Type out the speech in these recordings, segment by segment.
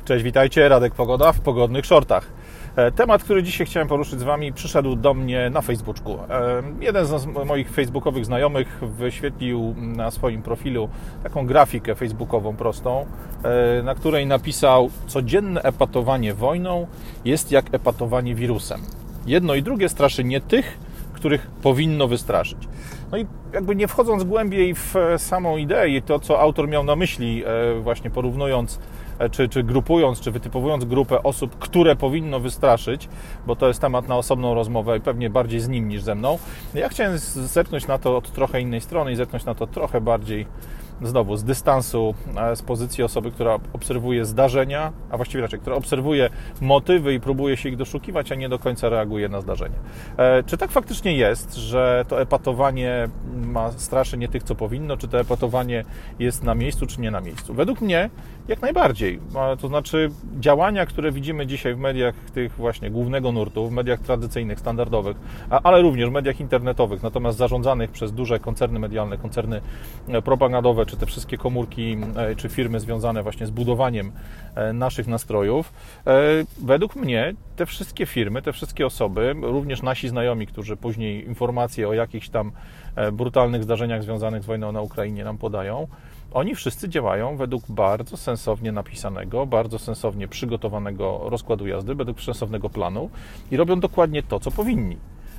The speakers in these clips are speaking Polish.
Cześć, witajcie, Radek Pogoda w pogodnych shortach. Temat, który dzisiaj chciałem poruszyć z Wami, przyszedł do mnie na Facebooku. Jeden z moich facebookowych znajomych wyświetlił na swoim profilu taką grafikę facebookową prostą, na której napisał: codzienne epatowanie wojną jest jak epatowanie wirusem. Jedno i drugie straszy nie tych, których powinno wystraszyć. No i jakby nie wchodząc głębiej w samą ideę i to, co autor miał na myśli, właśnie porównując, czy grupując, czy wytypowując grupę osób, które powinno wystraszyć, bo to jest temat na osobną rozmowę i pewnie bardziej z nim niż ze mną. Ja chciałem zerknąć na to od trochę innej strony i zerknąć na to trochę bardziej znowu z dystansu, z pozycji osoby, która obserwuje zdarzenia, a właściwie raczej, która obserwuje motywy i próbuje się ich doszukiwać, a nie do końca reaguje na zdarzenie. Czy tak faktycznie jest, że to epatowanie straszy nie tych, co powinno, czy to epatowanie jest na miejscu, czy nie na miejscu? Według mnie jak najbardziej. To znaczy działania, które widzimy dzisiaj w mediach tych właśnie głównego nurtu, w mediach tradycyjnych, standardowych, ale również w mediach internetowych, natomiast zarządzanych przez duże koncerny medialne, koncerny propagandowe, czy te wszystkie komórki, czy firmy związane właśnie z budowaniem naszych nastrojów. Według mnie te wszystkie firmy, te wszystkie osoby, również nasi znajomi, którzy później informacje o jakichś tam brutalnych zdarzeniach związanych z wojną na Ukrainie nam podają, oni wszyscy działają według bardzo sensownie napisanego, bardzo sensownie przygotowanego rozkładu jazdy, według sensownego planu i robią dokładnie to, co powinni.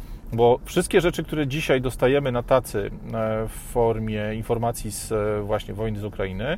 Bo wszystkie rzeczy, które dzisiaj dostajemy na tacy w formie informacji z właśnie wojny z Ukrainy,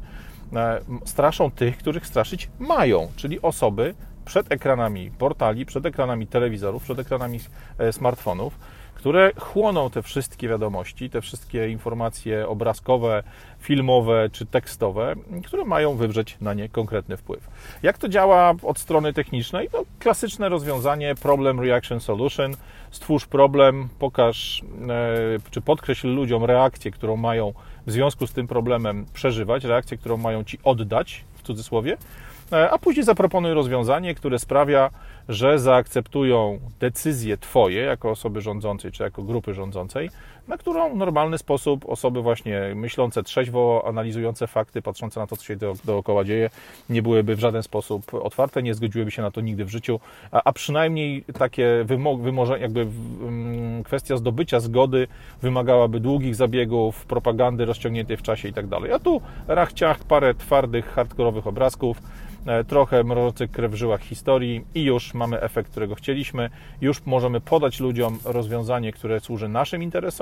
straszą tych, których straszyć mają, czyli osoby przed ekranami portali, przed ekranami telewizorów, przed ekranami smartfonów, które chłoną te wszystkie wiadomości, te wszystkie informacje obrazkowe, filmowe czy tekstowe, które mają wywrzeć na nie konkretny wpływ. Jak to działa od strony technicznej? To klasyczne rozwiązanie Problem, Reaction, Solution. Stwórz problem, pokaż czy podkreśl ludziom reakcję, którą mają w związku z tym problemem przeżywać, reakcję, którą mają Ci oddać, w cudzysłowie, a później zaproponuj rozwiązanie, które sprawia, że zaakceptują decyzję Twoje jako osoby rządzącej, czy jako grupy rządzącej, na którą w normalny sposób osoby właśnie myślące trzeźwo, analizujące fakty, patrzące na to, co się dookoła dzieje, nie byłyby w żaden sposób otwarte, nie zgodziłyby się na to nigdy w życiu, a przynajmniej takie kwestia zdobycia zgody wymagałaby długich zabiegów, propagandy rozciągniętej w czasie i tak dalej. A tu rachciach, parę twardych, hardkorowych obrazków, trochę mrożących krew w żyłach historii i już mamy efekt, którego chcieliśmy. Już możemy podać ludziom rozwiązanie, które służy naszym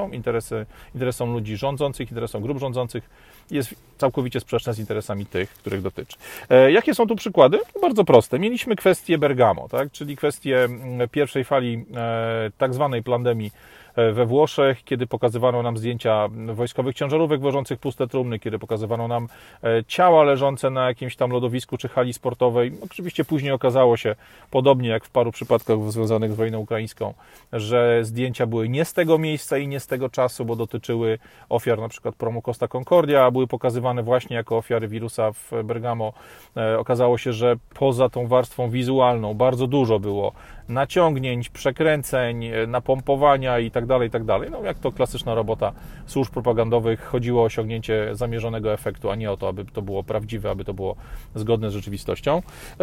interesom ludzi rządzących, interesom grup rządzących. Jest całkowicie sprzeczne z interesami tych, których dotyczy. Jakie są tu przykłady? Bardzo proste. Mieliśmy kwestię Bergamo, tak? Czyli kwestię pierwszej fali tak zwanej pandemii we Włoszech, kiedy pokazywano nam zdjęcia wojskowych ciężarówek wożących puste trumny, kiedy pokazywano nam ciała leżące na jakimś tam lodowisku czy hali sportowej. Oczywiście później okazało się, podobnie jak w paru przypadkach związanych z wojną ukraińską, że zdjęcia były nie z tego miejsca i nie z tego czasu, bo dotyczyły ofiar na przykład promu Costa Concordia, a były pokazywane właśnie jako ofiary wirusa w Bergamo. Okazało się, że poza tą warstwą wizualną bardzo dużo było naciągnięć, przekręceń, napompowania i tak dalej. No jak to klasyczna robota służb propagandowych, chodziło o osiągnięcie zamierzonego efektu, a nie o to, aby to było prawdziwe, aby to było zgodne z rzeczywistością.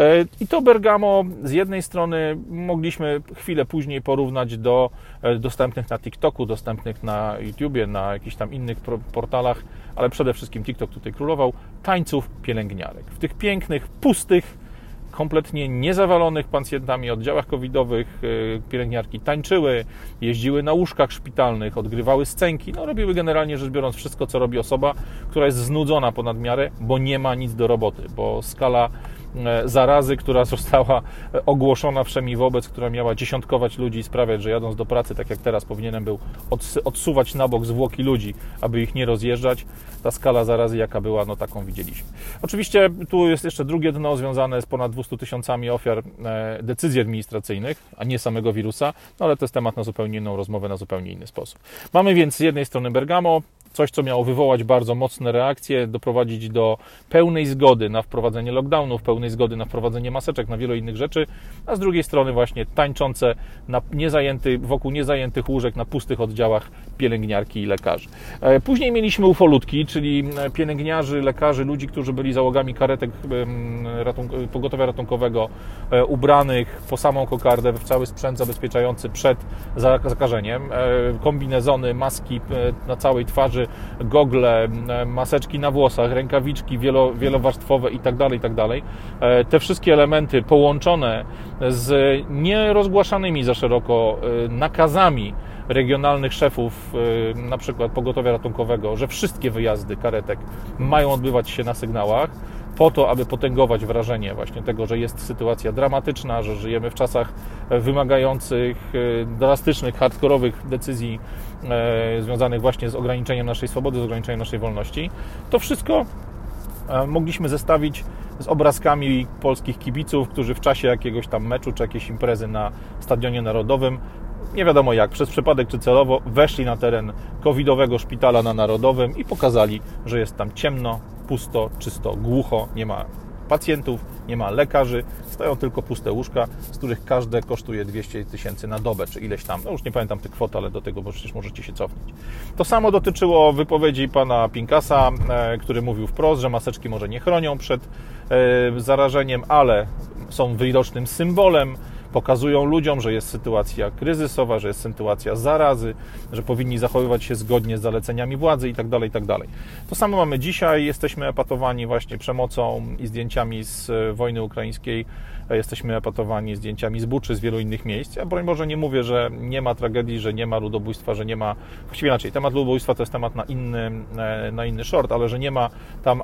I to Bergamo z jednej strony mogliśmy chwilę później porównać do dostępnych na TikToku, dostępnych na YouTubie, na jakichś tam innych portalach, ale przede wszystkim TikTok tutaj królował, tańców pielęgniarek. W tych pięknych, pustych, kompletnie niezawalonych pacjentami oddziałach covidowych pielęgniarki tańczyły, jeździły na łóżkach szpitalnych, odgrywały scenki, robiły generalnie rzecz biorąc wszystko, co robi osoba, która jest znudzona ponad miarę, bo nie ma nic do roboty, bo skala zarazy, która została ogłoszona wszemi wobec, która miała dziesiątkować ludzi i sprawiać, że jadąc do pracy, tak jak teraz powinienem był odsuwać na bok zwłoki ludzi, aby ich nie rozjeżdżać, ta skala zarazy jaka była, taką widzieliśmy. Oczywiście tu jest jeszcze drugie dno związane z ponad 200 tysiącami ofiar decyzji administracyjnych, a nie samego wirusa, ale to jest temat na zupełnie inną rozmowę, na zupełnie inny sposób. Mamy więc z jednej strony Bergamo, coś, co miało wywołać bardzo mocne reakcje, doprowadzić do pełnej zgody na wprowadzenie lockdownów, pełnej zgody na wprowadzenie maseczek, na wiele innych rzeczy, a z drugiej strony właśnie tańczące wokół niezajętych łóżek na pustych oddziałach pielęgniarki i lekarzy. Później mieliśmy ufolutki, czyli pielęgniarzy, lekarzy, ludzi, którzy byli załogami karetek pogotowia ratunkowego, ubranych po samą kokardę w cały sprzęt zabezpieczający przed zakażeniem, kombinezony, maski na całej twarzy, gogle, maseczki na włosach, rękawiczki wielowarstwowe itd. Te wszystkie elementy połączone z nierozgłaszanymi za szeroko nakazami regionalnych szefów, na przykład pogotowia ratunkowego, że wszystkie wyjazdy karetek mają odbywać się na sygnałach, po to, aby potęgować wrażenie właśnie tego, że jest sytuacja dramatyczna, że żyjemy w czasach wymagających drastycznych, hardkorowych decyzji związanych właśnie z ograniczeniem naszej swobody, z ograniczeniem naszej wolności. To wszystko mogliśmy zestawić z obrazkami polskich kibiców, którzy w czasie jakiegoś tam meczu czy jakiejś imprezy na Stadionie Narodowym, nie wiadomo jak, przez przypadek czy celowo, weszli na teren covidowego szpitala na Narodowym i pokazali, że jest tam ciemno, pusto, czysto, głucho, nie ma pacjentów, nie ma lekarzy, stoją tylko puste łóżka, z których każde kosztuje 200 000 na dobę, czy ileś tam, no już nie pamiętam tych kwot, ale do tego, bo przecież możecie się cofnąć. To samo dotyczyło wypowiedzi pana Pinkasa, który mówił wprost, że maseczki może nie chronią przed zarażeniem, ale są widocznym symbolem, pokazują ludziom, że jest sytuacja kryzysowa, że jest sytuacja zarazy, że powinni zachowywać się zgodnie z zaleceniami władzy itd. To samo mamy dzisiaj, jesteśmy epatowani właśnie przemocą i zdjęciami z wojny ukraińskiej, jesteśmy epatowani zdjęciami z Buczy, z wielu innych miejsc. Ja broń Boże nie mówię, że nie ma tragedii, że nie ma ludobójstwa, że nie ma, właściwie inaczej, temat ludobójstwa to jest temat na inny short, ale że nie ma tam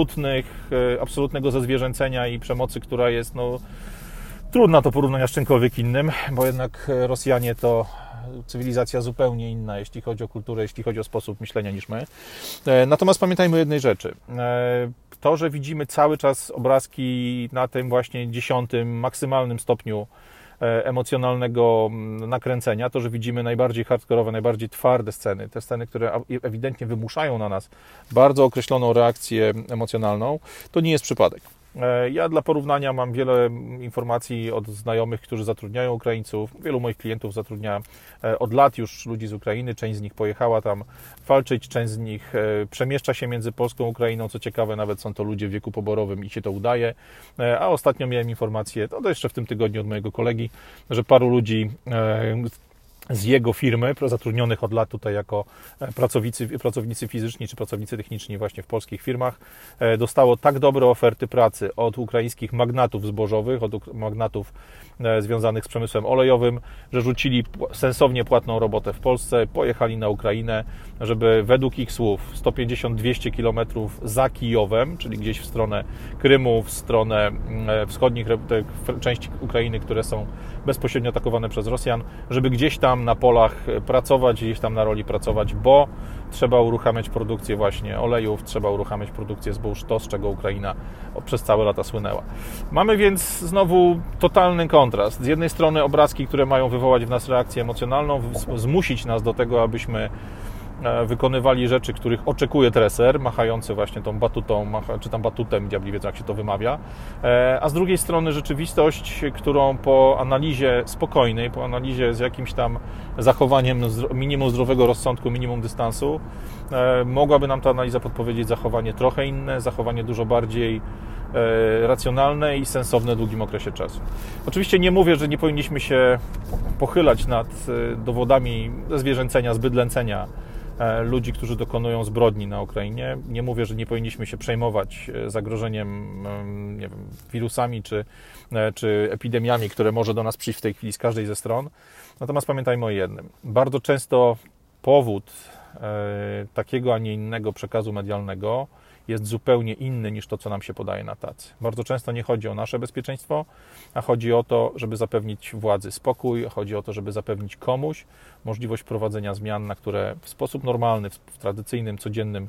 absolutnego zezwierzęcenia i przemocy, która jest, trudno to porównania z czymkolwiek innym, bo jednak Rosjanie to cywilizacja zupełnie inna, jeśli chodzi o kulturę, jeśli chodzi o sposób myślenia niż my. Natomiast pamiętajmy o jednej rzeczy. To, że widzimy cały czas obrazki na tym właśnie 10. maksymalnym stopniu emocjonalnego nakręcenia, to, że widzimy najbardziej hardkorowe, najbardziej twarde sceny, te sceny, które ewidentnie wymuszają na nas bardzo określoną reakcję emocjonalną, to nie jest przypadek. Ja dla porównania mam wiele informacji od znajomych, którzy zatrudniają Ukraińców. Wielu moich klientów zatrudnia od lat już ludzi z Ukrainy. Część z nich pojechała tam walczyć, część z nich przemieszcza się między Polską a Ukrainą. Co ciekawe, nawet są to ludzie w wieku poborowym i się to udaje. A ostatnio miałem informację, to jeszcze w tym tygodniu od mojego kolegi, że paru ludzi z jego firmy, zatrudnionych od lat tutaj jako pracownicy fizyczni czy pracownicy techniczni właśnie w polskich firmach, dostało tak dobre oferty pracy od ukraińskich magnatów zbożowych, od magnatów związanych z przemysłem olejowym, że rzucili sensownie płatną robotę w Polsce, pojechali na Ukrainę, żeby według ich słów 150-200 km za Kijowem, czyli gdzieś w stronę Krymu, w stronę wschodnich części Ukrainy, które są bezpośrednio atakowane przez Rosjan, żeby gdzieś tam na polach pracować, gdzieś tam na roli pracować, bo trzeba uruchamiać produkcję właśnie olejów, trzeba uruchamiać produkcję zbóż, to z czego Ukraina przez całe lata słynęła. Mamy więc znowu totalny kontrast. Z jednej strony obrazki, które mają wywołać w nas reakcję emocjonalną, zmusić nas do tego, abyśmy wykonywali rzeczy, których oczekuje treser, machający właśnie tą batutą, czy tam batutem, diabli wiedzą jak się to wymawia, a z drugiej strony rzeczywistość, którą po analizie spokojnej, po analizie z jakimś tam zachowaniem minimum zdrowego rozsądku, minimum dystansu, mogłaby nam ta analiza podpowiedzieć zachowanie trochę inne, zachowanie dużo bardziej racjonalne i sensowne w długim okresie czasu. Oczywiście nie mówię, że nie powinniśmy się pochylać nad dowodami zwierzęcenia, zbydlęcenia ludzi, którzy dokonują zbrodni na Ukrainie. Nie mówię, że nie powinniśmy się przejmować zagrożeniem, nie wiem, wirusami czy epidemiami, które może do nas przyjść w tej chwili z każdej ze stron. Natomiast pamiętajmy o jednym. Bardzo często powód takiego, a nie innego przekazu medialnego jest zupełnie inny niż to, co nam się podaje na tacy. Bardzo często nie chodzi o nasze bezpieczeństwo, a chodzi o to, żeby zapewnić władzy spokój, chodzi o to, żeby zapewnić komuś możliwość prowadzenia zmian, na które w sposób normalny, w tradycyjnym, codziennym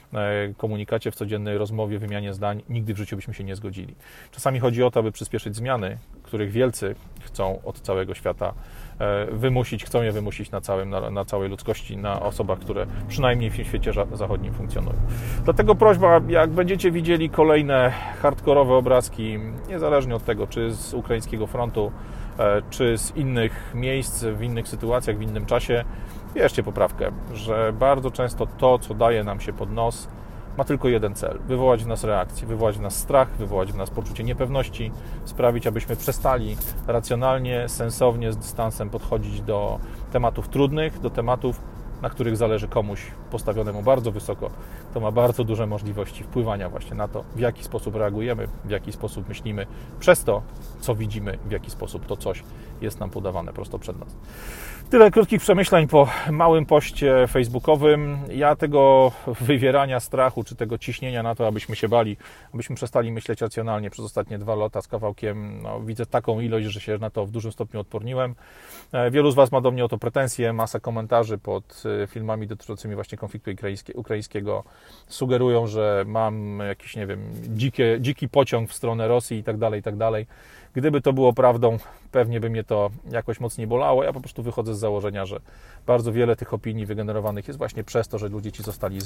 komunikacie, w codziennej rozmowie, wymianie zdań, nigdy w życiu byśmy się nie zgodzili. Czasami chodzi o to, aby przyspieszyć zmiany, których wielcy chcą od całego świata chcą je wymusić na całej ludzkości, na osobach, które przynajmniej w świecie zachodnim funkcjonują. Dlatego prośba, jak będziecie widzieli kolejne hardkorowe obrazki, niezależnie od tego, czy z ukraińskiego frontu, czy z innych miejsc, w innych sytuacjach, w innym czasie, bierzcie poprawkę, że bardzo często to, co daje nam się pod nos, ma tylko jeden cel: wywołać w nas reakcję, wywołać w nas strach, wywołać w nas poczucie niepewności, sprawić, abyśmy przestali racjonalnie, sensownie, z dystansem podchodzić do tematów trudnych, do tematów, na których zależy komuś postawionemu bardzo wysoko. To ma bardzo duże możliwości wpływania właśnie na to, w jaki sposób reagujemy, w jaki sposób myślimy, przez to, co widzimy, w jaki sposób to coś jest nam podawane prosto przed nas. Tyle krótkich przemyśleń po małym poście facebookowym. Ja tego wywierania strachu, czy tego ciśnienia na to, abyśmy się bali, abyśmy przestali myśleć racjonalnie przez ostatnie 2 lata z kawałkiem, widzę taką ilość, że się na to w dużym stopniu odporniłem. Wielu z Was ma do mnie o to pretensje, masa komentarzy pod filmami dotyczącymi właśnie konfliktu ukraińskiego sugerują, że mam jakiś, nie wiem, dziki pociąg w stronę Rosji i tak dalej, i tak dalej. Gdyby to było prawdą, pewnie by mnie to jakoś mocniej bolało. Ja po prostu wychodzę z założenia, że bardzo wiele tych opinii wygenerowanych jest właśnie przez to, że ludzie ci zostali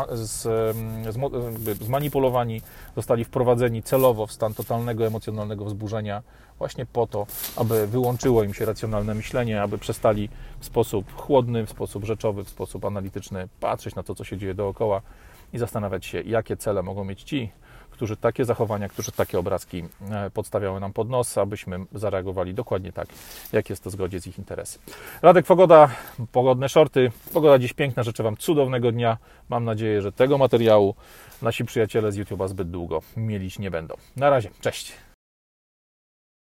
zmanipulowani, zostali wprowadzeni celowo w stan totalnego emocjonalnego wzburzenia właśnie po to, aby wyłączyło im się racjonalne myślenie, aby przestali w sposób chłodny, w sposób rzeczowy, w sposób analityczny patrzeć na to, co się dzieje dookoła i zastanawiać się, jakie cele mogą mieć ci, którzy takie zachowania, którzy takie obrazki podstawiały nam pod nos, abyśmy zareagowali dokładnie tak, jak jest to w zgodzie z ich interesem. Radek Pogoda, pogodne shorty. Pogoda dziś piękna, życzę Wam cudownego dnia. Mam nadzieję, że tego materiału nasi przyjaciele z YouTube'a zbyt długo mielić nie będą. Na razie, cześć!